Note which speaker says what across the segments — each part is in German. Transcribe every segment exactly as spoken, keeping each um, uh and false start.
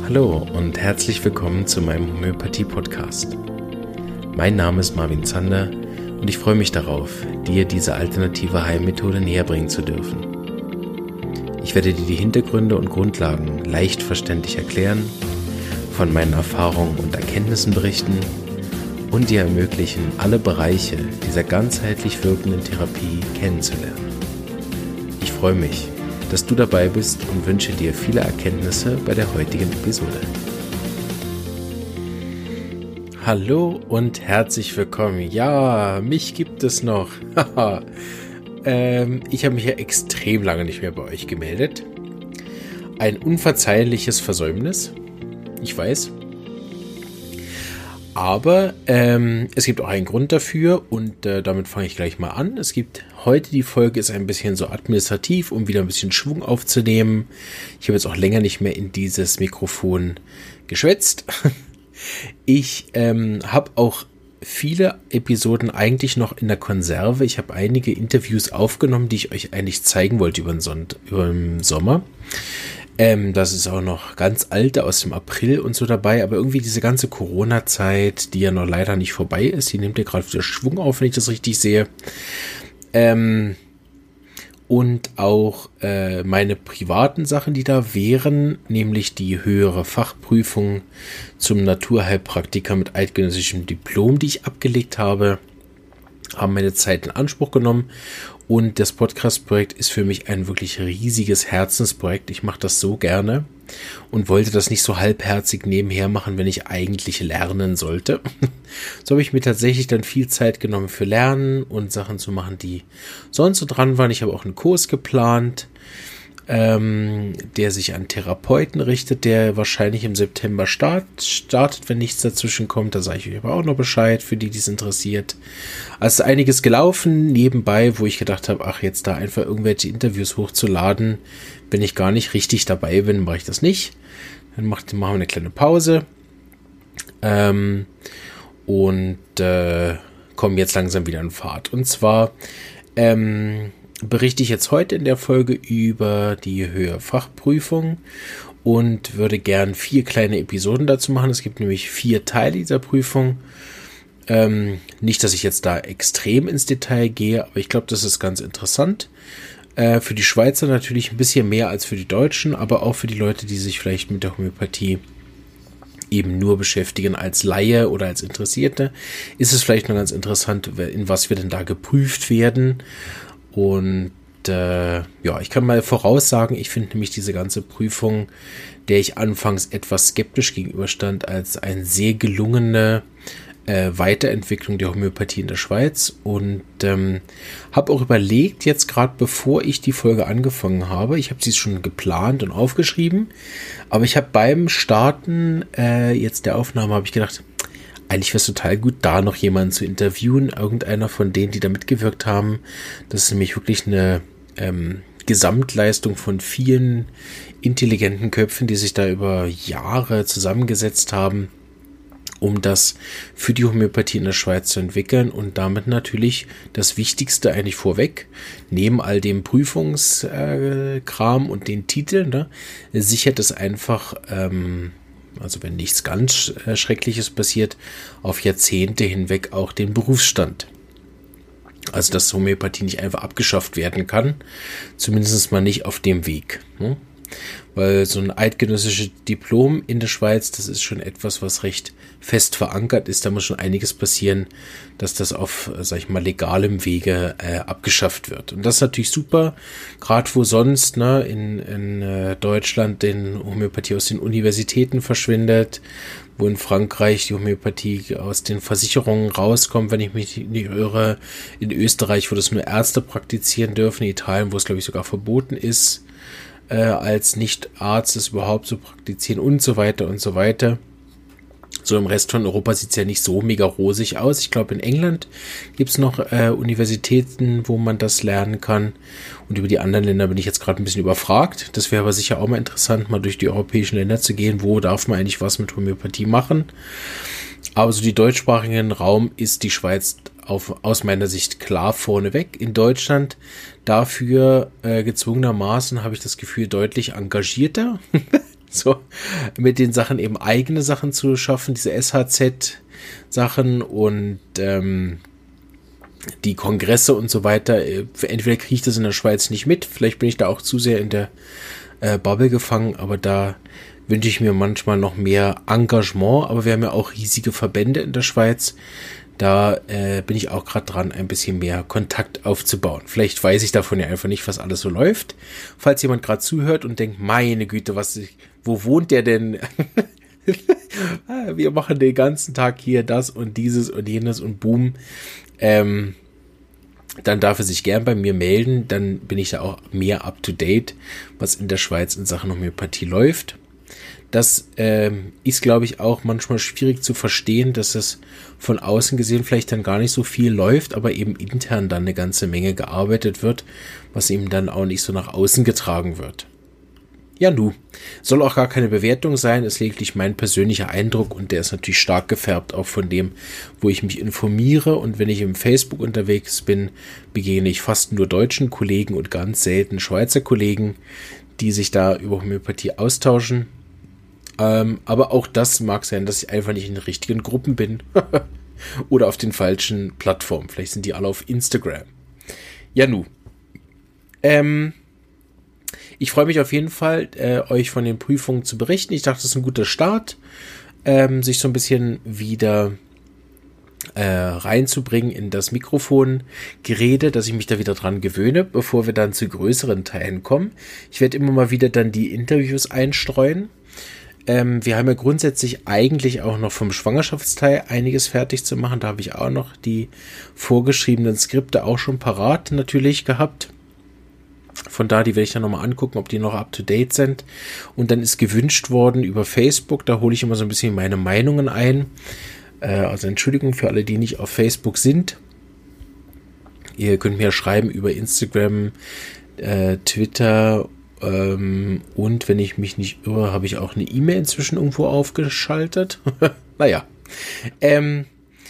Speaker 1: Hallo und herzlich willkommen zu meinem Homöopathie-Podcast. Mein Name ist Marvin Zander und ich freue mich darauf, dir diese alternative Heilmethode näher bringen zu dürfen. Ich werde dir die Hintergründe und Grundlagen leicht verständlich erklären, von meinen Erfahrungen und Erkenntnissen berichten und dir ermöglichen, alle Bereiche dieser ganzheitlich wirkenden Therapie kennenzulernen. Ich freue mich, dass du dabei bist und wünsche dir viele Erkenntnisse bei der heutigen Episode. Hallo und herzlich willkommen. Ja, mich gibt es noch. ähm, ich habe mich ja extrem lange nicht mehr bei euch gemeldet. Ein unverzeihliches Versäumnis. Ich weiß. Aber ähm, es gibt auch einen Grund dafür und äh, damit fange ich gleich mal an. Es gibt heute, die Folge ist ein bisschen so administrativ, um wieder ein bisschen Schwung aufzunehmen. Ich habe jetzt auch länger nicht mehr in dieses Mikrofon geschwätzt. Ich ähm, habe auch viele Episoden eigentlich noch in der Konserve. Ich habe einige Interviews aufgenommen, die ich euch eigentlich zeigen wollte über den, Sonnt- über den Sommer. Ähm, das ist auch noch ganz alte aus dem April und so dabei, aber irgendwie diese ganze Corona-Zeit, die ja noch leider nicht vorbei ist, die nimmt ja gerade wieder Schwung auf, wenn ich das richtig sehe. Ähm, und auch äh, meine privaten Sachen, die da wären, nämlich die höhere Fachprüfung zum Naturheilpraktiker mit eidgenössischem Diplom, die ich abgelegt habe, haben meine Zeit in Anspruch genommen. Und das Podcast-Projekt ist für mich ein wirklich riesiges Herzensprojekt. Ich mache das so gerne und wollte das nicht so halbherzig nebenher machen, wenn ich eigentlich lernen sollte. So habe ich mir tatsächlich dann viel Zeit genommen für Lernen und Sachen zu machen, die sonst so dran waren. Ich habe auch einen Kurs geplant, ähm, der sich an Therapeuten richtet, der wahrscheinlich im September start, startet, wenn nichts dazwischen kommt. Da sage ich euch aber auch noch Bescheid, für die, die es interessiert. Also einiges gelaufen nebenbei, wo ich gedacht habe, ach, jetzt da einfach irgendwelche Interviews hochzuladen, wenn ich gar nicht richtig dabei bin, mache ich das nicht. Dann macht, machen wir eine kleine Pause ähm, und äh, kommen jetzt langsam wieder in Fahrt. Und zwar ähm, berichte ich jetzt heute in der Folge über die höhere Fachprüfung und würde gern vier kleine Episoden dazu machen. Es gibt nämlich vier Teile dieser Prüfung. Ähm, nicht, dass ich jetzt da extrem ins Detail gehe, aber ich glaube, das ist ganz interessant. Äh, für die Schweizer natürlich ein bisschen mehr als für die Deutschen, aber auch für die Leute, die sich vielleicht mit der Homöopathie eben nur beschäftigen als Laie oder als Interessierte, ist es vielleicht noch ganz interessant, in was wir denn da geprüft werden. Und äh, ja, ich kann mal voraussagen, ich finde nämlich diese ganze Prüfung, der ich anfangs etwas skeptisch gegenüberstand, als eine sehr gelungene äh, Weiterentwicklung der Homöopathie in der Schweiz und ähm, habe auch überlegt, jetzt gerade bevor ich die Folge angefangen habe, ich habe sie schon geplant und aufgeschrieben, aber ich habe beim Starten äh, jetzt der Aufnahme, habe ich gedacht, eigentlich wäre es total gut, da noch jemanden zu interviewen, irgendeiner von denen, die da mitgewirkt haben. Das ist nämlich wirklich eine ähm, Gesamtleistung von vielen intelligenten Köpfen, die sich da über Jahre zusammengesetzt haben, um das für die Homöopathie in der Schweiz zu entwickeln und damit natürlich das Wichtigste eigentlich vorweg, neben all dem Prüfungskram äh, und den Titeln, ne, sichert es einfach, ähm, also wenn nichts ganz äh, Schreckliches passiert, auf Jahrzehnte hinweg auch den Berufsstand. Also dass Homöopathie nicht einfach abgeschafft werden kann, zumindest mal nicht auf dem Weg. Ne? Weil so ein eidgenössisches Diplom in der Schweiz, das ist schon etwas, was recht fest verankert ist. Da muss schon einiges passieren, dass das auf, sag ich mal, legalem Wege äh, abgeschafft wird. Und das ist natürlich super, gerade wo sonst ne, in, in äh, Deutschland den Homöopathie aus den Universitäten verschwindet, wo in Frankreich die Homöopathie aus den Versicherungen rauskommt, wenn ich mich nicht irre, in Österreich, wo das nur Ärzte praktizieren dürfen, in Italien, wo es, glaube ich, sogar verboten ist, äh, als Nicht-Arzt es überhaupt zu praktizieren und so weiter und so weiter. So im Rest von Europa sieht es ja nicht so mega rosig aus. Ich glaube, in England gibt es noch äh, Universitäten, wo man das lernen kann. Und über die anderen Länder bin ich jetzt gerade ein bisschen überfragt. Das wäre aber sicher auch mal interessant, mal durch die europäischen Länder zu gehen. Wo darf man eigentlich was mit Homöopathie machen? Aber so die deutschsprachigen Raum ist die Schweiz auf, aus meiner Sicht klar vorneweg. In Deutschland dafür äh, gezwungenermaßen, habe ich das Gefühl, deutlich engagierter. so mit den Sachen eben eigene Sachen zu schaffen, diese S H Z-Sachen und ähm, die Kongresse und so weiter. Entweder kriege ich das in der Schweiz nicht mit, vielleicht bin ich da auch zu sehr in der äh, Bubble gefangen, aber da wünsche ich mir manchmal noch mehr Engagement, aber wir haben ja auch riesige Verbände in der Schweiz. Da äh, bin ich auch gerade dran, ein bisschen mehr Kontakt aufzubauen. Vielleicht weiß ich davon ja einfach nicht, was alles so läuft. Falls jemand gerade zuhört und denkt, meine Güte, was ich, wo wohnt der denn? Wir machen den ganzen Tag hier das und dieses und jenes und boom. Ähm, dann darf er sich gern bei mir melden. Dann bin ich da auch mehr up to date, was in der Schweiz in Sachen Homöopathie läuft. Das ähm, ist, glaube ich, auch manchmal schwierig zu verstehen, dass es von außen gesehen vielleicht dann gar nicht so viel läuft, aber eben intern dann eine ganze Menge gearbeitet wird, was eben dann auch nicht so nach außen getragen wird. Ja, nu, soll auch gar keine Bewertung sein, ist lediglich mein persönlicher Eindruck und der ist natürlich stark gefärbt auch von dem, wo ich mich informiere, und wenn ich im Facebook unterwegs bin, begegne ich fast nur deutschen Kollegen und ganz selten Schweizer Kollegen, die sich da über Homöopathie austauschen. Ähm, aber auch das mag sein, dass ich einfach nicht in den richtigen Gruppen bin oder auf den falschen Plattformen. Vielleicht sind die alle auf Instagram. Ja, nu. Ähm, ich freue mich auf jeden Fall, äh, euch von den Prüfungen zu berichten. Ich dachte, das ist ein guter Start, ähm, sich so ein bisschen wieder äh, reinzubringen in das Mikrofongerede, dass ich mich da wieder dran gewöhne, bevor wir dann zu größeren Teilen kommen. Ich werde immer mal wieder dann die Interviews einstreuen. Ähm, wir haben ja grundsätzlich eigentlich auch noch vom Schwangerschaftsteil einiges fertig zu machen. Da habe ich auch noch die vorgeschriebenen Skripte auch schon parat natürlich gehabt. Von da, die werde ich dann nochmal angucken, ob die noch up to date sind. Und dann ist gewünscht worden über Facebook, da hole ich immer so ein bisschen meine Meinungen ein. Äh, also Entschuldigung für alle, die nicht auf Facebook sind. Ihr könnt mir schreiben über Instagram, äh, Twitter ähm, und wenn ich mich nicht irre, habe ich auch eine E-Mail inzwischen irgendwo aufgeschaltet. Naja. Ähm,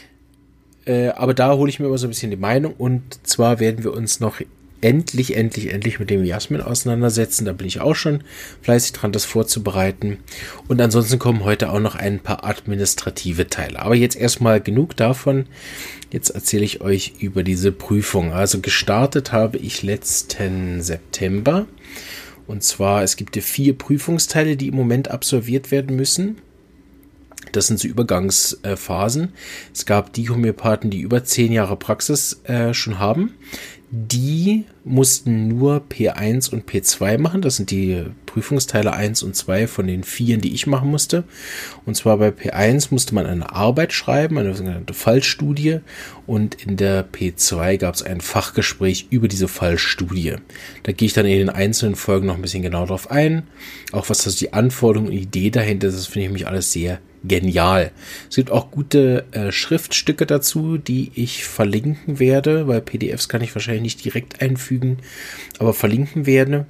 Speaker 1: äh, aber da hole ich mir immer so ein bisschen die Meinung, und zwar werden wir uns noch endlich, endlich, endlich mit dem Jasmin auseinandersetzen. Da bin ich auch schon fleißig dran, das vorzubereiten. Und ansonsten kommen heute auch noch ein paar administrative Teile. Aber jetzt erstmal genug davon. Jetzt erzähle ich euch über diese Prüfung. Also gestartet habe ich letzten September. Und zwar, es gibt vier Prüfungsteile, die im Moment absolviert werden müssen. Das sind so Übergangsphasen. Es gab die Homöopathen, die über zehn Jahre Praxis äh, schon haben. Die mussten nur P eins und P zwei machen. Das sind die Prüfungsteile eins und zwei von den vieren, die ich machen musste. Und zwar bei P eins musste man eine Arbeit schreiben, eine sogenannte Fallstudie. Und in der P zwei gab es ein Fachgespräch über diese Fallstudie. Da gehe ich dann in den einzelnen Folgen noch ein bisschen genau drauf ein. Auch was das die Anforderungen und Idee dahinter ist, das finde ich nämlich alles sehr genial. Es gibt auch gute äh, Schriftstücke dazu, die ich verlinken werde, weil P D Fs kann ich wahrscheinlich nicht direkt einfügen, aber verlinken werde,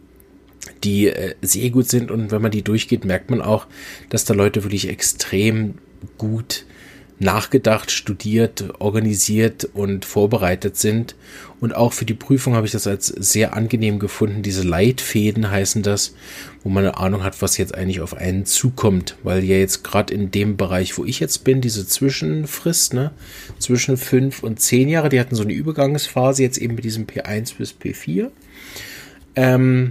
Speaker 1: die äh, sehr gut sind, und wenn man die durchgeht, merkt man auch, dass da Leute wirklich extrem gut nachgedacht, studiert, organisiert und vorbereitet sind. Und auch für die Prüfung habe ich das als sehr angenehm gefunden. Diese Leitfäden heißen das, wo man eine Ahnung hat, was jetzt eigentlich auf einen zukommt. Weil ja jetzt gerade in dem Bereich, wo ich jetzt bin, diese Zwischenfrist, ne, zwischen fünf und zehn Jahre, die hatten so eine Übergangsphase, jetzt eben mit diesem P eins bis P vier. Ähm,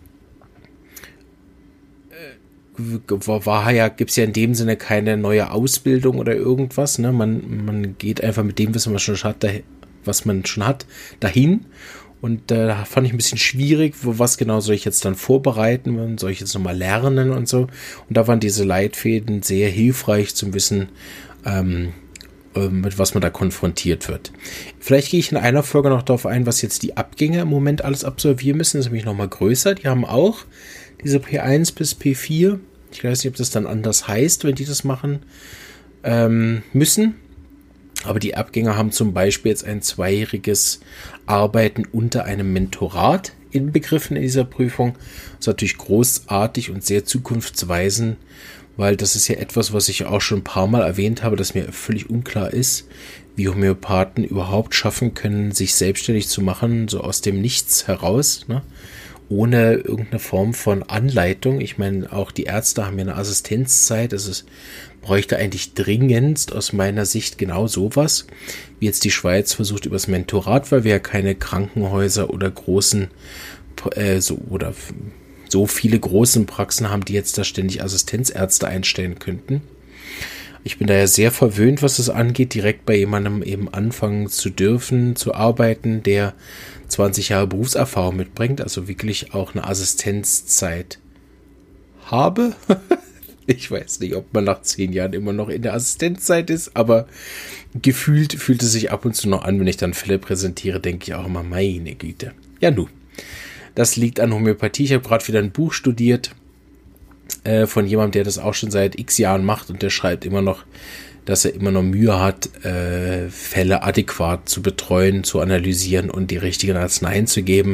Speaker 1: war ja, gibt es ja in dem Sinne keine neue Ausbildung oder irgendwas, ne? Man, man geht einfach mit dem Wissen, was, schon hat, was man schon hat, dahin. Und äh, da fand ich ein bisschen schwierig, wo, was genau soll ich jetzt dann vorbereiten, soll ich jetzt nochmal lernen und so. Und da waren diese Leitfäden sehr hilfreich zum Wissen, ähm, mit was man da konfrontiert wird. Vielleicht gehe ich in einer Folge noch darauf ein, was jetzt die Abgänger im Moment alles absolvieren müssen. Das ist nämlich nochmal größer. Die haben auch diese P eins bis P vier. Ich weiß nicht, ob das dann anders heißt, wenn die das machen ähm, müssen. Aber die Abgänger haben zum Beispiel jetzt ein zweijähriges Arbeiten unter einem Mentorat inbegriffen in dieser Prüfung. Das ist natürlich großartig und sehr zukunftsweisend, weil das ist ja etwas, was ich auch schon ein paar Mal erwähnt habe, dass mir völlig unklar ist, wie Homöopathen überhaupt schaffen können, sich selbstständig zu machen, so aus dem Nichts heraus, ne? ohne irgendeine Form von Anleitung. Ich meine, auch die Ärzte haben ja eine Assistenzzeit. Also es bräuchte eigentlich dringendst aus meiner Sicht genau sowas, wie jetzt die Schweiz versucht übers Mentorat, weil wir ja keine Krankenhäuser oder großen äh, so oder so viele großen Praxen haben, die jetzt da ständig Assistenzärzte einstellen könnten. Ich bin da ja sehr verwöhnt, was das angeht, direkt bei jemandem eben anfangen zu dürfen, zu arbeiten, der zwanzig Jahre Berufserfahrung mitbringt, also wirklich auch eine Assistenzzeit habe. Ich weiß nicht, ob man nach zehn Jahren immer noch in der Assistenzzeit ist, aber gefühlt fühlt es sich ab und zu noch an, wenn ich dann Fälle präsentiere, denke ich auch immer, meine Güte. Ja, nu, das liegt an Homöopathie. Ich habe gerade wieder ein Buch studiert äh, von jemandem, der das auch schon seit x Jahren macht und der schreibt immer noch, dass er immer noch Mühe hat, äh, Fälle adäquat zu betreuen, zu analysieren und die richtigen Arzneien zu geben.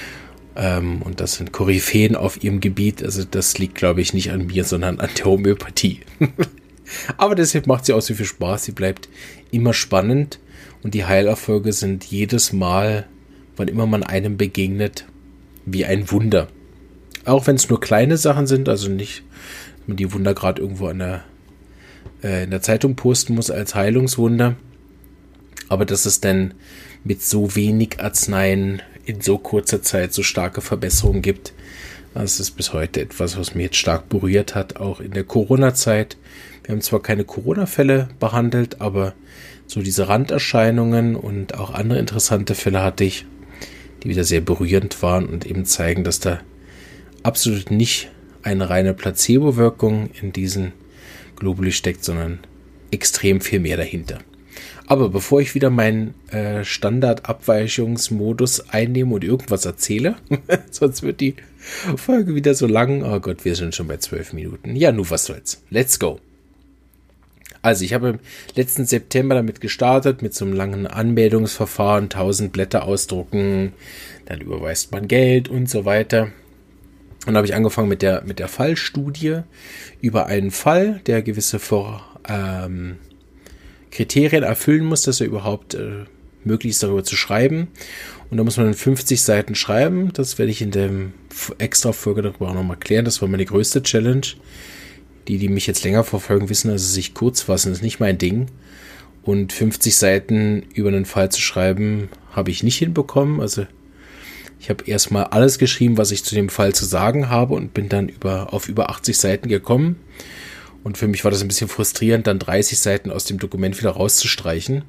Speaker 1: Ähm, und das sind Koryphäen auf ihrem Gebiet. Also das liegt, glaube ich, nicht an mir, sondern an der Homöopathie. Aber deshalb macht sie auch so viel Spaß. Sie bleibt immer spannend und die Heilerfolge sind jedes Mal, wann immer man einem begegnet, wie ein Wunder. Auch wenn es nur kleine Sachen sind, also nicht, wenn man die Wunder gerade irgendwo an der, äh, in der Zeitung posten muss als Heilungswunder. Aber dass es dann mit so wenig Arzneien in so kurzer Zeit so starke Verbesserungen gibt, das ist bis heute etwas, was mich jetzt stark berührt hat, auch in der Corona-Zeit. Wir haben zwar keine Corona-Fälle behandelt, aber so diese Randerscheinungen und auch andere interessante Fälle hatte ich, die wieder sehr berührend waren und eben zeigen, dass da absolut nicht eine reine Placebo-Wirkung in diesen Globuli steckt, sondern extrem viel mehr dahinter. Aber bevor ich wieder meinen äh, Standard-Abweichungsmodus einnehme und irgendwas erzähle, sonst wird die Folge wieder so lang. Oh Gott, wir sind schon bei zwölf Minuten. Ja, nun, was soll's. Let's go. Also ich habe im letzten September damit gestartet, mit so einem langen Anmeldungsverfahren, tausend Blätter ausdrucken, dann überweist man Geld und so weiter. Und dann habe ich angefangen mit der, mit der Fallstudie über einen Fall, der gewisse Vor, ähm, Kriterien erfüllen muss, dass er überhaupt äh, möglich ist, darüber zu schreiben. Und da muss man dann fünfzig Seiten schreiben. Das werde ich in der extra Folge darüber auch nochmal klären. Das war meine größte Challenge. Die, die mich jetzt länger verfolgen, wissen, dass sie sich kurz fassen, ist nicht mein Ding. Und fünfzig Seiten über einen Fall zu schreiben, habe ich nicht hinbekommen. Also ich habe erstmal alles geschrieben, was ich zu dem Fall zu sagen habe und bin dann über, auf über achtzig Seiten gekommen. Und für mich war das ein bisschen frustrierend, dann dreißig Seiten aus dem Dokument wieder rauszustreichen.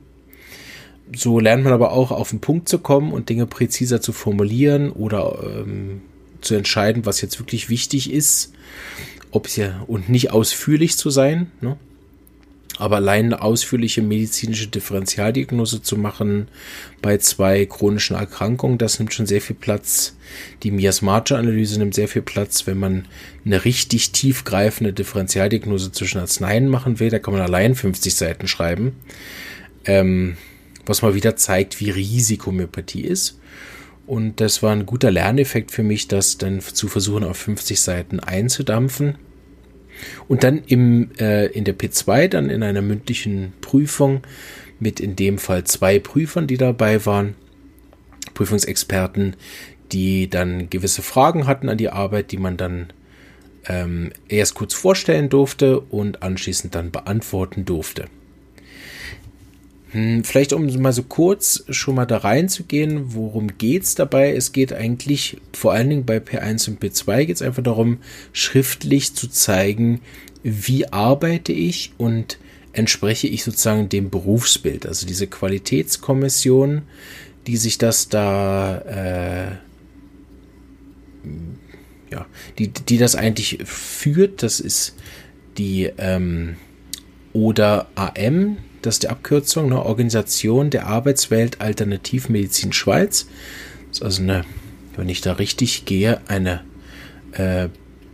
Speaker 1: So lernt man aber auch auf den Punkt zu kommen und Dinge präziser zu formulieren oder ähm, zu entscheiden, was jetzt wirklich wichtig ist, ob es ja und nicht ausführlich zu sein, ne? Aber allein eine ausführliche medizinische Differentialdiagnose zu machen bei zwei chronischen Erkrankungen, das nimmt schon sehr viel Platz. Die Miasmatische-Analyse nimmt sehr viel Platz, wenn man eine richtig tiefgreifende Differentialdiagnose zwischen Arzneien machen will. Da kann man allein fünfzig Seiten schreiben, ähm, was mal wieder zeigt, wie riesig Homöopathie ist. Und das war ein guter Lerneffekt für mich, das dann zu versuchen, auf fünfzig Seiten einzudampfen. Und dann im, äh, in der P zwei, dann in einer mündlichen Prüfung mit in dem Fall zwei Prüfern, die dabei waren, Prüfungsexperten, die dann gewisse Fragen hatten an die Arbeit, die man dann ähm, erst kurz vorstellen durfte und anschließend dann beantworten durfte. Hm, vielleicht um mal so kurz schon mal da reinzugehen, worum geht's dabei? Es geht eigentlich, vor allen Dingen bei P eins und P zwei, geht es einfach darum, schriftlich zu zeigen, wie arbeite ich und entspreche ich sozusagen dem Berufsbild. Also diese Qualitätskommission, die sich das da, äh, ja, die, die das eigentlich führt, das ist die ähm, O D A A M, das ist die Abkürzung, eine Organisation der Arbeitswelt Alternativmedizin Schweiz. Das ist also eine, wenn ich da richtig gehe, eine äh,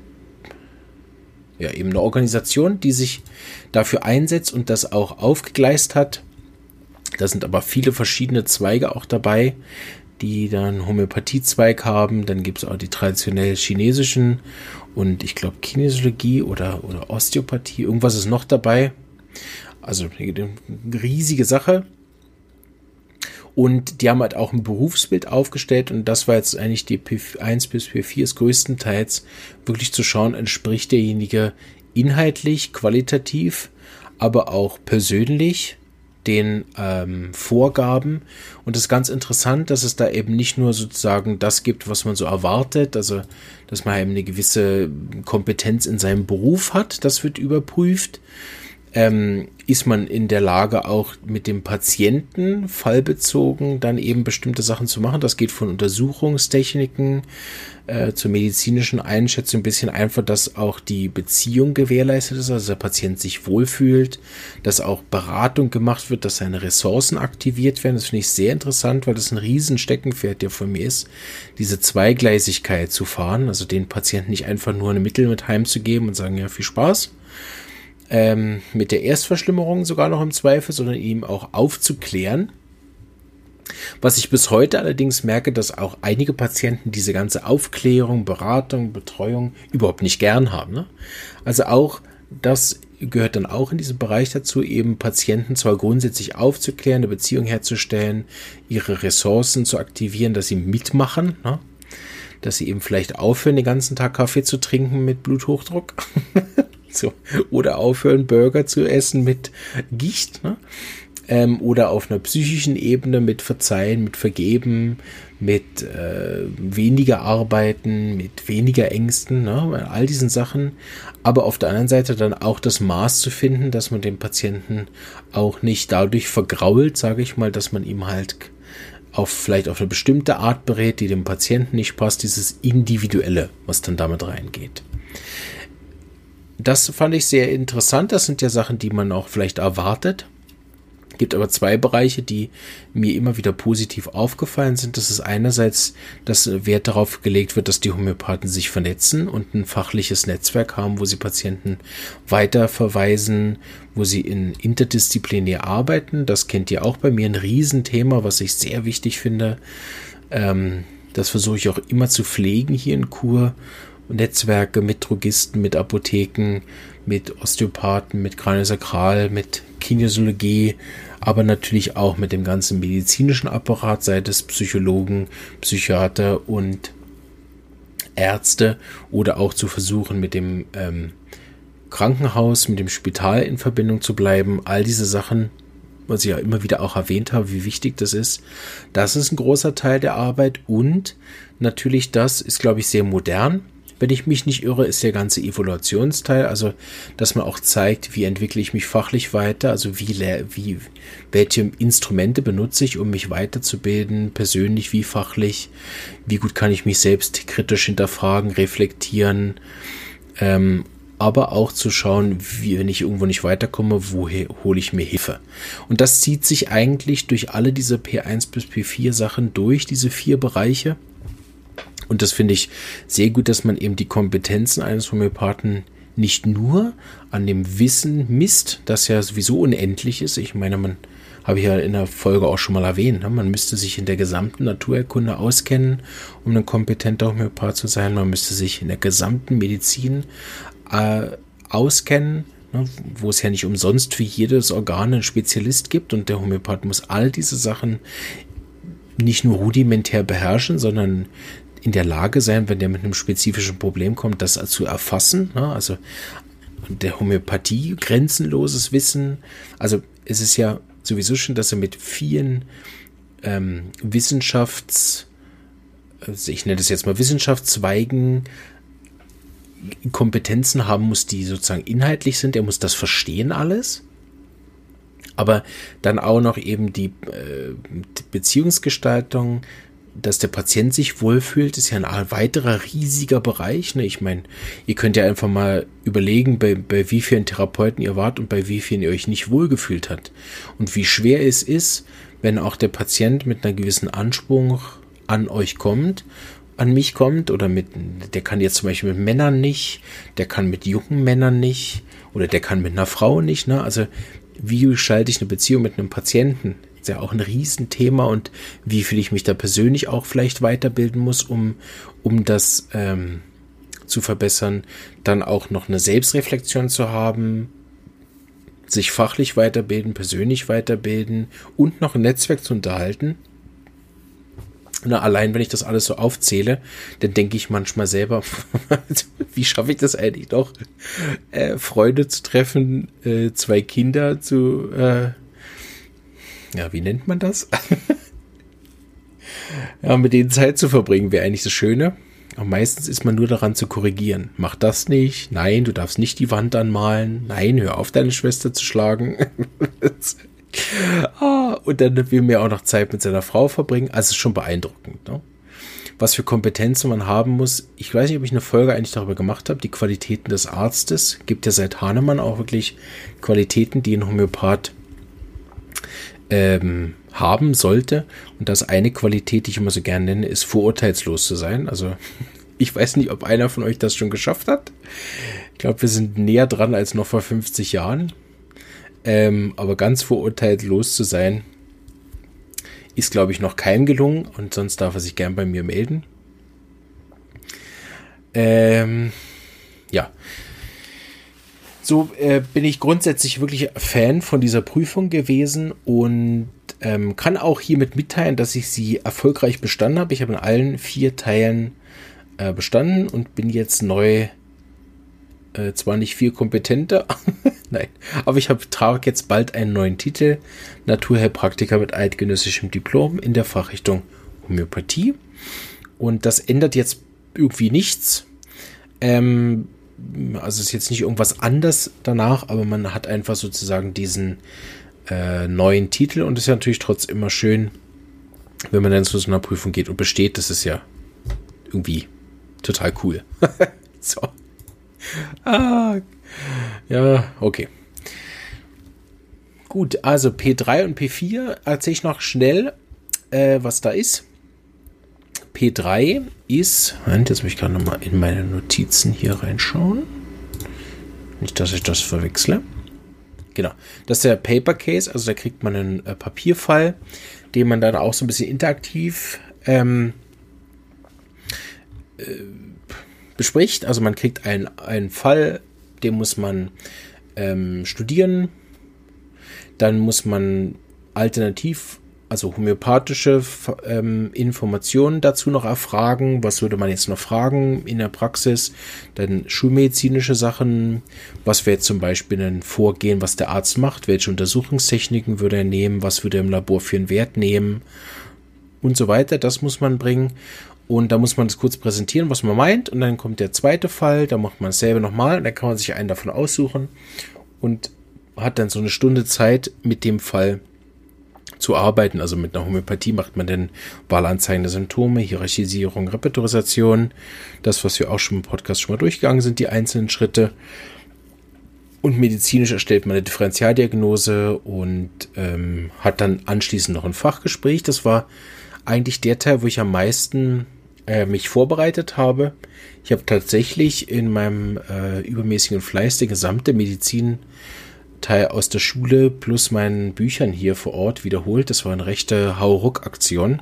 Speaker 1: ja, eben eine Organisation, die sich dafür einsetzt und das auch aufgegleist hat. Da sind aber viele verschiedene Zweige auch dabei, die dann Homöopathiezweig haben. Dann gibt es auch die traditionell chinesischen und ich glaube Kinesiologie oder, oder Osteopathie. Irgendwas ist noch dabei. Also eine riesige Sache. Und die haben halt auch ein Berufsbild aufgestellt und das war jetzt eigentlich die P eins bis P vier ist größtenteils wirklich zu schauen, entspricht derjenige inhaltlich, qualitativ, aber auch persönlich den ähm, Vorgaben. Und das ist ganz interessant, dass es da eben nicht nur sozusagen das gibt, was man so erwartet, also dass man eben eine gewisse Kompetenz in seinem Beruf hat, das wird überprüft. Ähm, ist man in der Lage, auch mit dem Patienten fallbezogen dann eben bestimmte Sachen zu machen. Das geht von Untersuchungstechniken äh, zur medizinischen Einschätzung ein bisschen einfach, dass auch die Beziehung gewährleistet ist, also der Patient sich wohlfühlt, dass auch Beratung gemacht wird, dass seine Ressourcen aktiviert werden. Das finde ich sehr interessant, weil das ein riesen Steckenpferd, der von mir ist, diese Zweigleisigkeit zu fahren, also den Patienten nicht einfach nur ein Mittel mit heimzugeben und sagen, ja, viel Spaß, Ähm, mit der Erstverschlimmerung sogar noch im Zweifel, sondern ihm auch aufzuklären. Was ich bis heute allerdings merke, dass auch einige Patienten diese ganze Aufklärung, Beratung, Betreuung überhaupt nicht gern haben. Ne? Also auch das gehört dann auch in diesem Bereich dazu, eben Patienten zwar grundsätzlich aufzuklären, eine Beziehung herzustellen, ihre Ressourcen zu aktivieren, dass sie mitmachen, ne? Dass sie eben vielleicht aufhören, den ganzen Tag Kaffee zu trinken mit Bluthochdruck. So, oder aufhören, Burger zu essen mit Gicht, ne? Ähm, oder auf einer psychischen Ebene mit Verzeihen, mit Vergeben, mit äh, weniger Arbeiten, mit weniger Ängsten, ne? All diesen Sachen. Aber auf der anderen Seite dann auch das Maß zu finden, dass man den Patienten auch nicht dadurch vergrault, sage ich mal, dass man ihm halt auf vielleicht auf eine bestimmte Art berät, die dem Patienten nicht passt, dieses Individuelle, was dann damit reingeht. Das fand ich sehr interessant. Das sind ja Sachen, die man auch vielleicht erwartet. Es gibt aber zwei Bereiche, die mir immer wieder positiv aufgefallen sind. Das ist einerseits, dass Wert darauf gelegt wird, dass die Homöopathen sich vernetzen und ein fachliches Netzwerk haben, wo sie Patienten weiterverweisen, wo sie in interdisziplinär arbeiten. Das kennt ihr auch bei mir, ein Riesenthema, was ich sehr wichtig finde. Ähm, das versuche ich auch immer zu pflegen hier in Chur. Netzwerke mit Drogisten, mit Apotheken, mit Osteopathen, mit Kraniosakral, mit Kinesiologie, aber natürlich auch mit dem ganzen medizinischen Apparat, sei es Psychologen, Psychiater und Ärzte oder auch zu versuchen, mit dem ähm, Krankenhaus, mit dem Spital in Verbindung zu bleiben. All diese Sachen, was ich ja immer wieder auch erwähnt habe, wie wichtig das ist. Das ist ein großer Teil der Arbeit und natürlich das ist, glaube ich, sehr modern. Wenn ich mich nicht irre, ist der ganze Evaluationsteil, also dass man auch zeigt, wie entwickle ich mich fachlich weiter, also wie, wie welche Instrumente benutze ich, um mich weiterzubilden, persönlich wie fachlich, wie gut kann ich mich selbst kritisch hinterfragen, reflektieren, ähm, aber auch zu schauen, wie, wenn ich irgendwo nicht weiterkomme, woher hole ich mir Hilfe. Und das zieht sich eigentlich durch alle diese P eins bis P vier Sachen durch, diese vier Bereiche. Und das finde ich sehr gut, dass man eben die Kompetenzen eines Homöopathen nicht nur an dem Wissen misst, das ja sowieso unendlich ist. Ich meine, man habe ich ja in der Folge auch schon mal erwähnt, ne? Man müsste sich in der gesamten Naturerkunde auskennen, um ein kompetenter Homöopath zu sein. Man müsste sich in der gesamten Medizin äh, auskennen, ne? Wo es ja nicht umsonst für jedes Organ einen Spezialist gibt. Und der Homöopath muss all diese Sachen nicht nur rudimentär beherrschen, sondern in der Lage sein, wenn der mit einem spezifischen Problem kommt, das zu erfassen. Ne? Also der Homöopathie grenzenloses Wissen. Also es ist ja sowieso schon, dass er mit vielen ähm, Wissenschafts, also ich nenne das jetzt mal Wissenschaftszweigen, Kompetenzen haben muss, die sozusagen inhaltlich sind. Er muss das verstehen alles. Aber dann auch noch eben die äh, Beziehungsgestaltung, dass der Patient sich wohlfühlt, ist ja ein weiterer riesiger Bereich. Ne? Ich meine, ihr könnt ja einfach mal überlegen, bei, bei wie vielen Therapeuten ihr wart und bei wie vielen ihr euch nicht wohlgefühlt habt. Und wie schwer es ist, wenn auch der Patient mit einer gewissen Anspruch an euch kommt, an mich kommt, oder mit, der kann jetzt zum Beispiel mit Männern nicht, der kann mit jungen Männern nicht, oder der kann mit einer Frau nicht. Ne? Also wie gestalte ich eine Beziehung mit einem Patienten? Ist ja auch ein Riesenthema, und wie viel ich mich da persönlich auch vielleicht weiterbilden muss, um, um das ähm, zu verbessern. Dann auch noch eine Selbstreflexion zu haben, sich fachlich weiterbilden, persönlich weiterbilden und noch ein Netzwerk zu unterhalten. Na, allein wenn ich das alles so aufzähle, dann denke ich manchmal selber, wie schaffe ich das eigentlich noch, äh, Freunde zu treffen, äh, zwei Kinder zu, äh, ja, wie nennt man das? Ja, mit denen Zeit zu verbringen, wäre eigentlich das Schöne. Aber meistens ist man nur daran zu korrigieren. Mach das nicht. Nein, du darfst nicht die Wand anmalen. Nein, hör auf, deine Schwester zu schlagen. Ah, und dann will man ja auch noch Zeit mit seiner Frau verbringen. Also es ist schon beeindruckend, ne? Was für Kompetenzen man haben muss. Ich weiß nicht, ob ich eine Folge eigentlich darüber gemacht habe. Die Qualitäten des Arztes. Gibt ja seit Hahnemann auch wirklich Qualitäten, die ein Homöopath ähm, haben sollte. Und das eine Qualität, die ich immer so gerne nenne, ist vorurteilslos zu sein. Also ich weiß nicht, ob einer von euch das schon geschafft hat. Ich glaube, wir sind näher dran als noch vor fünfzig Jahren. Ähm, aber ganz vorurteilslos zu sein, ist, glaube ich, noch keinem gelungen. Und sonst darf er sich gern bei mir melden. Ähm, ja. So äh, bin ich grundsätzlich wirklich Fan von dieser Prüfung gewesen und ähm, kann auch hiermit mitteilen, dass ich sie erfolgreich bestanden habe. Ich habe in allen vier Teilen äh, bestanden und bin jetzt neu, äh, zwar nicht viel kompetenter, nein, aber ich habe trage jetzt bald einen neuen Titel, Naturheilpraktiker mit eidgenössischem Diplom in der Fachrichtung Homöopathie. Und das ändert jetzt irgendwie nichts. Ähm, Also ist jetzt nicht irgendwas anders danach, aber man hat einfach sozusagen diesen äh, neuen Titel und ist ja natürlich trotzdem immer schön, wenn man dann zu so einer Prüfung geht und besteht. Das ist ja irgendwie total cool. So. Ah, ja, okay. Gut, also P drei und P vier erzähle ich noch schnell, äh, was da ist. P drei ist, Moment, jetzt muss ich gerade nochmal in meine Notizen hier reinschauen. Nicht, dass ich das verwechsle. Genau, das ist der Paper Case, also da kriegt man einen äh, Papierfall, den man dann auch so ein bisschen interaktiv ähm, äh, bespricht. Also man kriegt einen, einen Fall, den muss man ähm, studieren. Dann muss man alternativ also homöopathische ähm, Informationen dazu noch erfragen. Was würde man jetzt noch fragen in der Praxis? Dann schulmedizinische Sachen. Was wäre jetzt zum Beispiel ein Vorgehen, was der Arzt macht? Welche Untersuchungstechniken würde er nehmen? Was würde er im Labor für einen Wert nehmen? Und so weiter. Das muss man bringen. Und da muss man das kurz präsentieren, was man meint. Und dann kommt der zweite Fall. Da macht man dasselbe nochmal. Und dann kann man sich einen davon aussuchen. Und hat dann so eine Stunde Zeit mit dem Fall zu arbeiten. Also mit einer Homöopathie macht man dann wahlanzeigende Symptome, Hierarchisierung, Repertorisation, das, was wir auch schon im Podcast schon mal durchgegangen sind, die einzelnen Schritte. Und medizinisch erstellt man eine Differentialdiagnose und ähm, hat dann anschließend noch ein Fachgespräch. Das war eigentlich der Teil, wo ich am meisten äh, mich vorbereitet habe. Ich habe tatsächlich in meinem äh, übermäßigen Fleiß die gesamte Medizin Teil aus der Schule plus meinen Büchern hier vor Ort wiederholt. Das war eine rechte Hauruck-Aktion.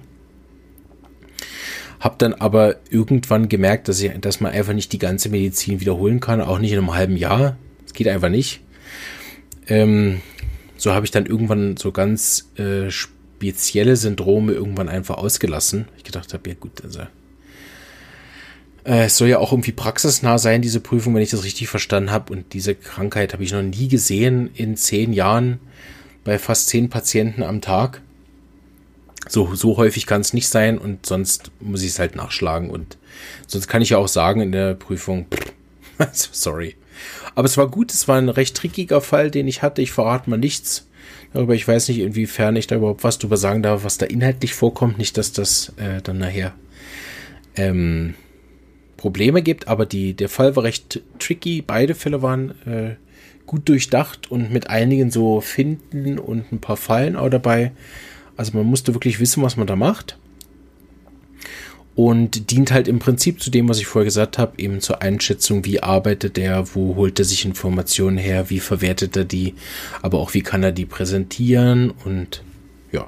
Speaker 1: Hab dann aber irgendwann gemerkt, dass, ich, dass man einfach nicht die ganze Medizin wiederholen kann, auch nicht in einem halben Jahr. Das geht einfach nicht. Ähm, so habe ich dann irgendwann so ganz äh, spezielle Syndrome irgendwann einfach ausgelassen. Ich gedacht habe, ja gut, also es soll ja auch irgendwie praxisnah sein, diese Prüfung, wenn ich das richtig verstanden habe. Und diese Krankheit habe ich noch nie gesehen in zehn Jahren bei fast zehn Patienten am Tag. So, so häufig kann es nicht sein und sonst muss ich es halt nachschlagen. Und sonst kann ich ja auch sagen in der Prüfung, sorry. Aber es war gut, es war ein recht trickiger Fall, den ich hatte. Ich verrate mal nichts darüber. Ich weiß nicht, inwiefern ich da überhaupt was drüber sagen darf, was da inhaltlich vorkommt. Nicht, dass das äh, dann nachher ähm, Probleme gibt, aber die, der Fall war recht tricky. Beide Fälle waren äh, gut durchdacht und mit einigen so Finden und ein paar Fallen auch dabei. Also man musste wirklich wissen, was man da macht. Und dient halt im Prinzip zu dem, was ich vorher gesagt habe, eben zur Einschätzung, wie arbeitet er, wo holt er sich Informationen her, wie verwertet er die, aber auch wie kann er die präsentieren und ja.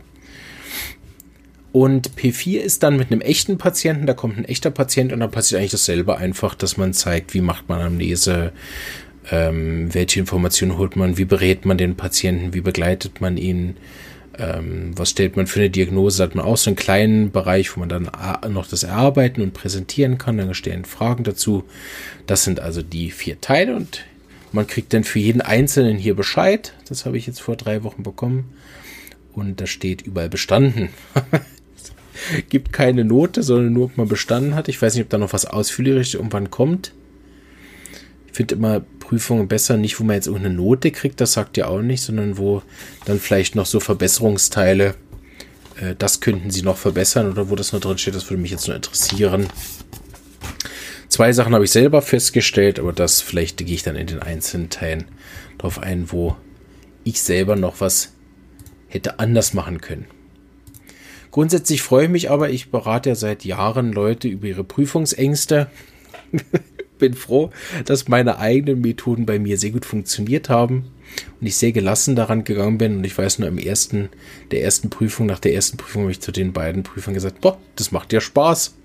Speaker 1: Und P vier ist dann mit einem echten Patienten, da kommt ein echter Patient und dann passiert eigentlich dasselbe einfach, dass man zeigt, wie macht man Anamnese, Ähm, welche Informationen holt man? Wie berät man den Patienten? Wie begleitet man ihn? Ähm, was stellt man für eine Diagnose? Da hat man auch so einen kleinen Bereich, wo man dann noch das erarbeiten und präsentieren kann. Dann stellen Fragen dazu. Das sind also die vier Teile und man kriegt dann für jeden Einzelnen hier Bescheid. Das habe ich jetzt vor drei Wochen bekommen. Und da steht überall bestanden. Gibt keine Note, sondern nur, ob man bestanden hat. Ich weiß nicht, ob da noch was Ausführliches irgendwann kommt. Ich finde immer Prüfungen besser, nicht wo man jetzt irgendeine Note kriegt, das sagt ja auch nicht, sondern wo dann vielleicht noch so Verbesserungsteile, äh, das könnten sie noch verbessern oder wo das noch drin steht, das würde mich jetzt nur interessieren. Zwei Sachen habe ich selber festgestellt, aber das vielleicht gehe ich dann in den einzelnen Teilen drauf ein, wo ich selber noch was hätte anders machen können. Grundsätzlich freue ich mich aber, ich berate ja seit Jahren Leute über ihre Prüfungsängste. Bin froh, dass meine eigenen Methoden bei mir sehr gut funktioniert haben und ich sehr gelassen daran gegangen bin. Und ich weiß nur, im ersten, der ersten Prüfung, nach der ersten Prüfung habe ich zu den beiden Prüfern gesagt, boah, das macht ja Spaß.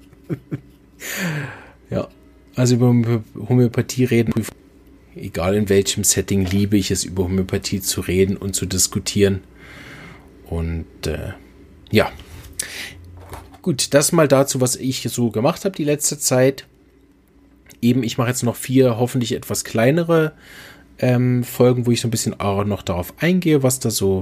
Speaker 1: Ja, also über Homöopathie reden, egal in welchem Setting, liebe ich es, über Homöopathie zu reden und zu diskutieren. Und äh, ja, gut, das mal dazu, was ich so gemacht habe die letzte Zeit. Eben, ich mache jetzt noch vier hoffentlich etwas kleinere ähm, Folgen, wo ich so ein bisschen auch noch darauf eingehe, was da so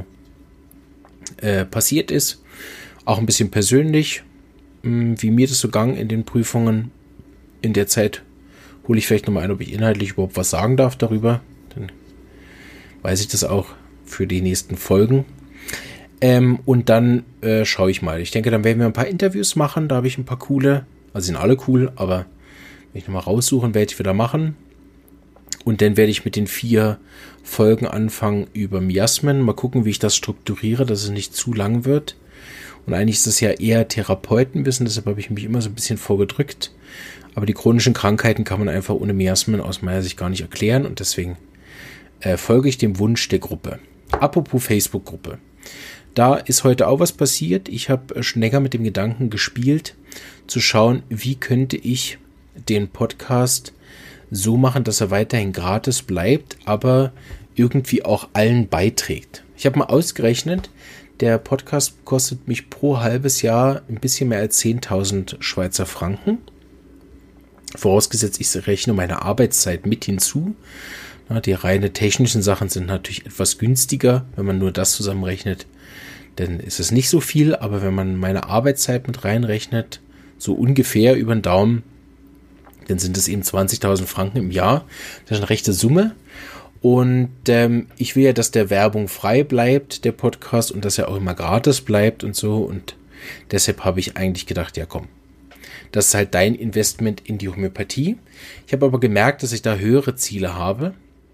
Speaker 1: äh, passiert ist. Auch ein bisschen persönlich, mh, wie mir das so gang in den Prüfungen. In der Zeit hole ich vielleicht nochmal ein, ob ich inhaltlich überhaupt was sagen darf darüber. Dann weiß ich das auch für die nächsten Folgen. Ähm, und dann äh, schaue ich mal. Ich denke, dann werden wir ein paar Interviews machen. Da habe ich ein paar coole, also sind alle cool, aber ich nochmal raussuchen, welche wir da machen. Und dann werde ich mit den vier Folgen anfangen über Miasmen. Mal gucken, wie ich das strukturiere, dass es nicht zu lang wird. Und eigentlich ist es ja eher Therapeutenwissen, deshalb habe ich mich immer so ein bisschen vorgedrückt. Aber die chronischen Krankheiten kann man einfach ohne Miasmen aus meiner Sicht gar nicht erklären. Und deswegen äh, folge ich dem Wunsch der Gruppe. Apropos Facebook-Gruppe. Da ist heute auch was passiert. Ich habe schon länger mit dem Gedanken gespielt, zu schauen, wie könnte ich den Podcast so machen, dass er weiterhin gratis bleibt, aber irgendwie auch allen beiträgt. Ich habe mal ausgerechnet, der Podcast kostet mich pro halbes Jahr ein bisschen mehr als zehntausend Schweizer Franken. Vorausgesetzt, ich rechne meine Arbeitszeit mit hinzu. Na, die reine technischen Sachen sind natürlich etwas günstiger, wenn man nur das zusammenrechnet. Dann ist es nicht so viel, aber wenn man meine Arbeitszeit mit reinrechnet, so ungefähr über den Daumen, dann sind es eben zwanzigtausend Franken im Jahr. Das ist eine rechte Summe. Und ähm, ich will ja, dass der Werbung frei bleibt, der Podcast, und dass er auch immer gratis bleibt und so. Und deshalb habe ich eigentlich gedacht, ja komm, das ist halt dein Investment in die Homöopathie. Ich habe aber gemerkt, dass ich da höhere Ziele habe.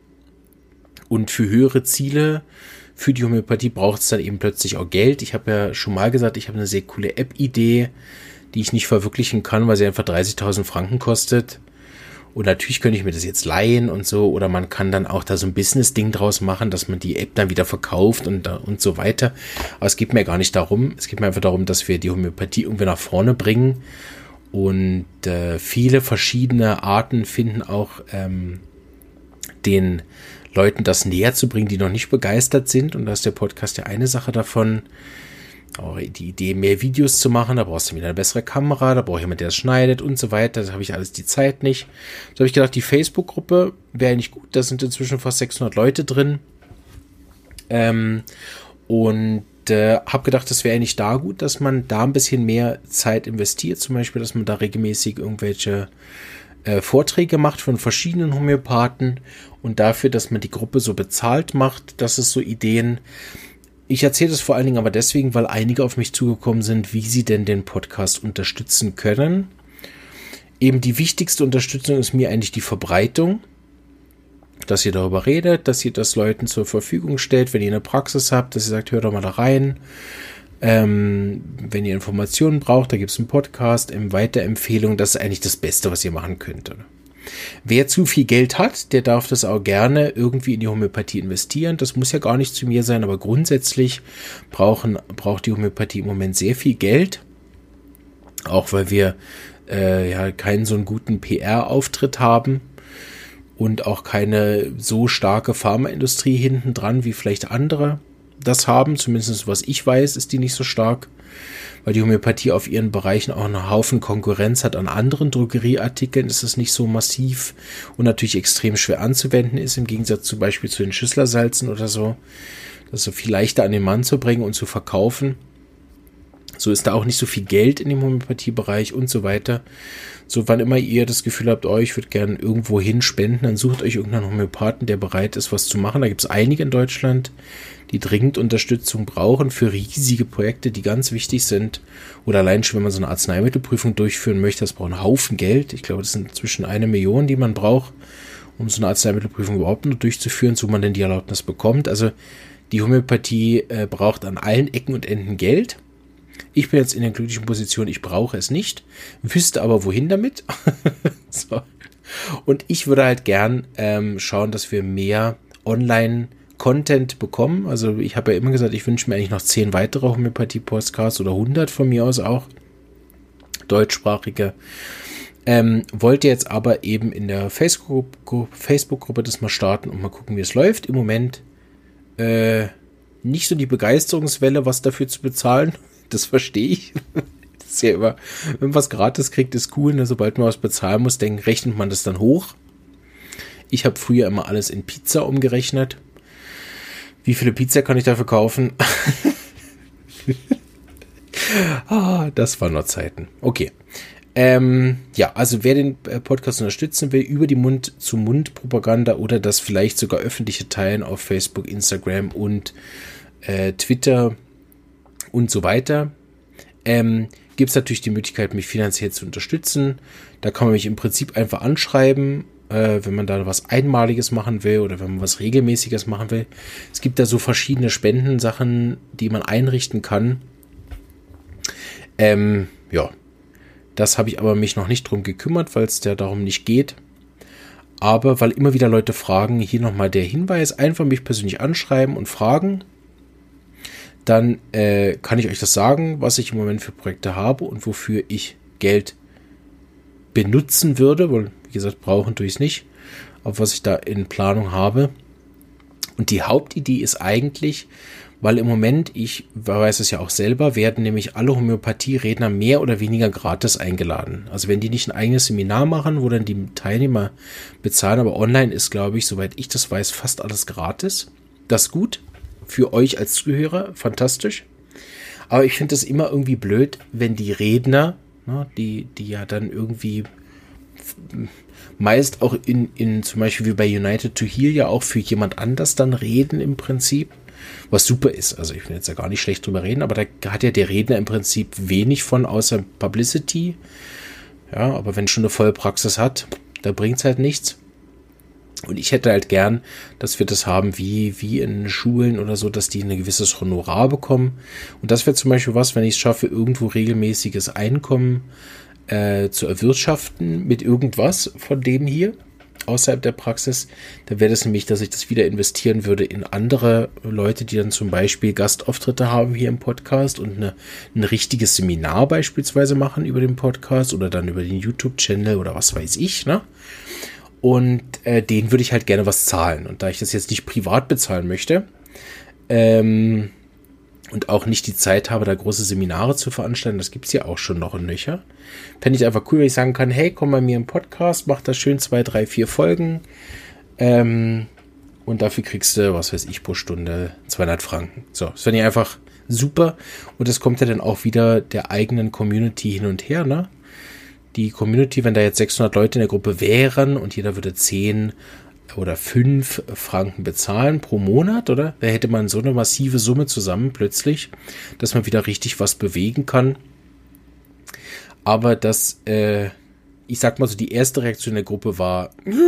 Speaker 1: Und für höhere Ziele, für die Homöopathie braucht es dann eben plötzlich auch Geld. Ich habe ja schon mal gesagt, ich habe eine sehr coole App-Idee, die ich nicht verwirklichen kann, weil sie einfach dreißigtausend Franken kostet. Und natürlich könnte ich mir das jetzt leihen und so. Oder man kann dann auch da so ein Business-Ding draus machen, dass man die App dann wieder verkauft und, und so weiter. Aber es geht mir gar nicht darum. Es geht mir einfach darum, dass wir die Homöopathie irgendwie nach vorne bringen. Und äh, viele verschiedene Arten finden auch ähm, den Leuten das näher zu bringen, die noch nicht begeistert sind. Und da ist der Podcast ja eine Sache davon. Auch die Idee, mehr Videos zu machen, da brauchst du wieder eine bessere Kamera, da braucht jemand, der es schneidet und so weiter. Da habe ich alles die Zeit nicht. So habe ich gedacht, die Facebook-Gruppe wäre eigentlich gut. Da sind inzwischen fast sechshundert Leute drin. Ähm, und äh, habe gedacht, das wäre eigentlich da gut, dass man da ein bisschen mehr Zeit investiert. Zum Beispiel, dass man da regelmäßig irgendwelche äh, Vorträge macht von verschiedenen Homöopathen. Und dafür, dass man die Gruppe so bezahlt macht, das ist so Ideen. Ich erzähle das vor allen Dingen aber deswegen, weil einige auf mich zugekommen sind, wie sie denn den Podcast unterstützen können. Eben die wichtigste Unterstützung ist mir eigentlich die Verbreitung, dass ihr darüber redet, dass ihr das Leuten zur Verfügung stellt, wenn ihr eine Praxis habt, dass ihr sagt, hört doch mal da rein. Ähm, wenn ihr Informationen braucht, da gibt es einen Podcast, ähm, Weiterempfehlung, das ist eigentlich das Beste, was ihr machen könnt. Oder? Wer zu viel Geld hat, der darf das auch gerne irgendwie in die Homöopathie investieren. Das muss ja gar nicht zu mir sein, aber grundsätzlich brauchen, braucht die Homöopathie im Moment sehr viel Geld. Auch weil wir äh, ja keinen so einen guten P R-Auftritt haben. und auch keine so starke Pharmaindustrie hinten dran, wie vielleicht andere das haben. Zumindest was ich weiß, ist die nicht so stark, weil die Homöopathie auf ihren Bereichen auch einen Haufen Konkurrenz hat an anderen Drogerieartikeln. Ist es nicht so massiv und natürlich extrem schwer anzuwenden ist, im Gegensatz zum Beispiel zu den Schüsslersalzen oder so. Das ist so viel leichter an den Mann zu bringen und zu verkaufen. So ist da auch nicht so viel Geld in dem Homöopathiebereich und so weiter. So, wann immer ihr das Gefühl habt, oh, ich würde gerne irgendwo hin spenden, dann sucht euch irgendeinen Homöopathen, der bereit ist, was zu machen. Da gibt es einige in Deutschland, die dringend Unterstützung brauchen für riesige Projekte, die ganz wichtig sind. Oder allein schon, wenn man so eine Arzneimittelprüfung durchführen möchte, das braucht einen Haufen Geld. Ich glaube, das sind zwischen eine Million, die man braucht, um so eine Arzneimittelprüfung überhaupt nur durchzuführen, so man denn die Erlaubnis bekommt. Also die Homöopathie äh, braucht an allen Ecken und Enden Geld. Ich bin jetzt in der glücklichen Position, ich brauche es nicht, wüsste aber wohin damit. So. Und ich würde halt gern ähm, schauen, dass wir mehr Online-Content bekommen. Also ich habe ja immer gesagt, ich wünsche mir eigentlich noch zehn weitere Homöopathie-Podcasts oder hundert von mir aus auch, deutschsprachige. Ähm, wollte jetzt aber eben in der Facebook-Gruppe, Facebook-Gruppe das mal starten und mal gucken, wie es läuft. Im Moment äh, nicht so die Begeisterungswelle, was dafür zu bezahlen. Das verstehe ich. Das ist ja immer, wenn man was gratis kriegt, ist cool. Ne? Sobald man was bezahlen muss, dann rechnet man das dann hoch. Ich habe früher immer alles in Pizza umgerechnet. Wie viele Pizza kann ich dafür kaufen? Ah, das waren noch Zeiten. Okay. Ähm, ja, also wer den Podcast unterstützen will, über die Mund-zu-Mund-Propaganda oder das vielleicht sogar öffentliche Teilen auf Facebook, Instagram und äh, Twitter und so weiter, ähm, gibt es natürlich die Möglichkeit, mich finanziell zu unterstützen. Da kann man mich im Prinzip einfach anschreiben, äh, wenn man da was Einmaliges machen will oder wenn man was Regelmäßiges machen will. Es gibt da so verschiedene Spendensachen, die man einrichten kann. Ähm, ja, das habe ich aber mich noch nicht drum gekümmert, weil es ja darum nicht geht. Aber weil immer wieder Leute fragen, hier nochmal der Hinweis, einfach mich persönlich anschreiben und fragen. Dann äh, kann ich euch das sagen, was ich im Moment für Projekte habe und wofür ich Geld benutzen würde, weil, wie gesagt, brauchen tue ich es nicht, auf was ich da in Planung habe. Und die Hauptidee ist eigentlich, weil im Moment, ich weiß es ja auch selber, werden nämlich alle Homöopathie-Redner mehr oder weniger gratis eingeladen. Also wenn die nicht ein eigenes Seminar machen, wo dann die Teilnehmer bezahlen, aber online ist, glaube ich, soweit ich das weiß, fast alles gratis. Das ist gut. Für euch als Zuhörer, fantastisch. Aber ich finde es immer irgendwie blöd, wenn die Redner, ne, die, die ja dann irgendwie meist auch in, in zum Beispiel wie bei United to Heal ja auch für jemand anders dann reden im Prinzip, was super ist. Also ich will jetzt ja gar nicht schlecht drüber reden, aber da hat ja der Redner im Prinzip wenig von außer Publicity. Ja, aber wenn schon eine Vollpraxis hat, da bringt es halt nichts. Und ich hätte halt gern, dass wir das haben wie, wie in Schulen oder so, dass die ein gewisses Honorar bekommen. Und das wäre zum Beispiel was, wenn ich es schaffe, irgendwo regelmäßiges Einkommen äh, zu erwirtschaften mit irgendwas von dem hier außerhalb der Praxis, dann wäre das nämlich, dass ich das wieder investieren würde in andere Leute, die dann zum Beispiel Gastauftritte haben hier im Podcast und eine, ein richtiges Seminar beispielsweise machen über den Podcast oder dann über den YouTube-Channel oder was weiß ich, ne? Und äh, denen würde ich halt gerne was zahlen. Und da ich das jetzt nicht privat bezahlen möchte ähm, und auch nicht die Zeit habe, da große Seminare zu veranstalten, das gibt es ja auch schon noch in Nöcher, fände ich einfach cool, wenn ich sagen kann, hey, komm bei mir im Podcast, mach da schön zwei, drei, vier Folgen ähm, und dafür kriegst du, was weiß ich, pro Stunde zweihundert Franken. So, das fände ich einfach super. Und das kommt ja dann auch wieder der eigenen Community hin und her, ne? Die Community, wenn da jetzt sechshundert Leute in der Gruppe wären und jeder würde zehn oder fünf Franken bezahlen pro Monat, oder? Da hätte man so eine massive Summe zusammen plötzlich, dass man wieder richtig was bewegen kann. Aber das, äh, ich sag mal so, die erste Reaktion der Gruppe war,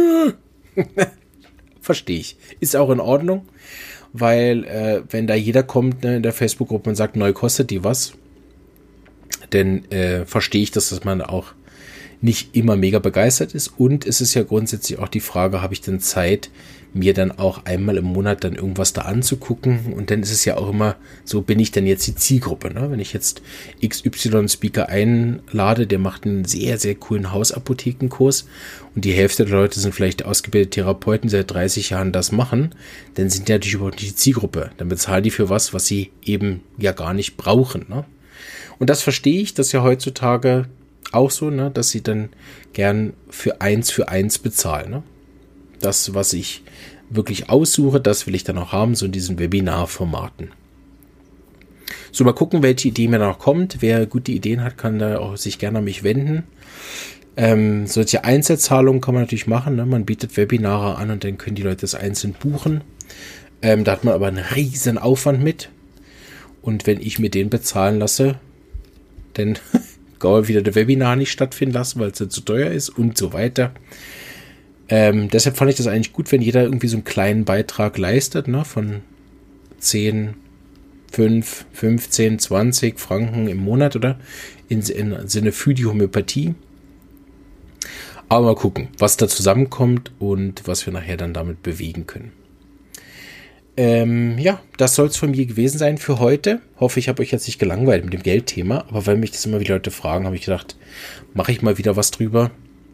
Speaker 1: verstehe ich, ist auch in Ordnung, weil äh, wenn da jeder kommt, ne, in der Facebook-Gruppe und sagt, neu kostet die was, dann äh, verstehe ich, dass das man auch nicht immer mega begeistert ist. Und es ist ja grundsätzlich auch die Frage, habe ich denn Zeit, mir dann auch einmal im Monat dann irgendwas da anzugucken? Und dann ist es ja auch immer so, bin ich denn jetzt die Zielgruppe? Ne? Wenn ich jetzt X Y-Speaker einlade, der macht einen sehr, sehr coolen Hausapothekenkurs und die Hälfte der Leute sind vielleicht ausgebildete Therapeuten, die seit dreißig Jahren das machen, dann sind die natürlich überhaupt nicht die Zielgruppe. Dann bezahlen die für was, was sie eben ja gar nicht brauchen. Ne? Und das verstehe ich, das ist ja heutzutage auch so, ne, dass sie dann gern für eins für eins bezahlen. Ne? Das, was ich wirklich aussuche, das will ich dann auch haben, so in diesen Webinar-Formaten. So, mal gucken, welche Idee mir noch kommt. Wer gute Ideen hat, kann da auch sich gerne an mich wenden. Ähm, solche Einzelzahlungen kann man natürlich machen. Ne? Man bietet Webinare an und dann können die Leute das einzeln buchen. Ähm, da hat man aber einen riesen Aufwand mit. Und wenn ich mir den bezahlen lasse, dann kann wieder der Webinar nicht stattfinden lassen, weil es dann zu teuer ist und so weiter. Ähm, deshalb fand ich das eigentlich gut, wenn jeder irgendwie so einen kleinen Beitrag leistet, ne, von zehn, fünf, fünfzehn, zwanzig Franken im Monat, oder? In, in Sinne für die Homöopathie. Aber mal gucken, was da zusammenkommt und was wir nachher dann damit bewegen können. Ähm, ja, das soll es von mir gewesen sein für heute. Hoffe, ich habe euch jetzt nicht gelangweilt mit dem Geldthema, aber weil mich das immer wieder Leute fragen, habe ich gedacht, mache ich mal wieder was drüber.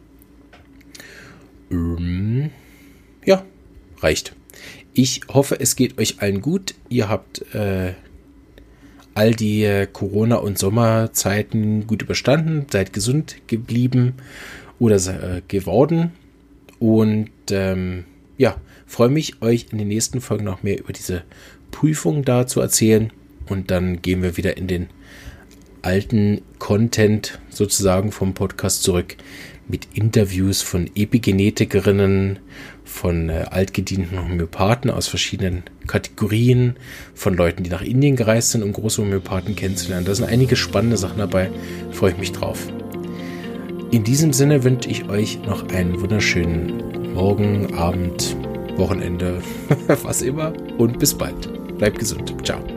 Speaker 1: Ähm, ja, reicht. Ich hoffe, es geht euch allen gut. Ihr habt äh, all die äh, Corona- und Sommerzeiten gut überstanden, seid gesund geblieben oder äh, geworden und ähm, ja, freue mich, euch in den nächsten Folgen noch mehr über diese Prüfung da zu erzählen. Und dann gehen wir wieder in den alten Content sozusagen vom Podcast zurück mit Interviews von Epigenetikerinnen, von äh, altgedienten Homöopathen aus verschiedenen Kategorien, von Leuten, die nach Indien gereist sind, um große Homöopathen kennenzulernen. Da sind einige spannende Sachen dabei, freue ich mich drauf. In diesem Sinne wünsche ich euch noch einen wunderschönen Morgen, Abend, Wochenende, was immer und bis bald. Bleibt gesund. Ciao.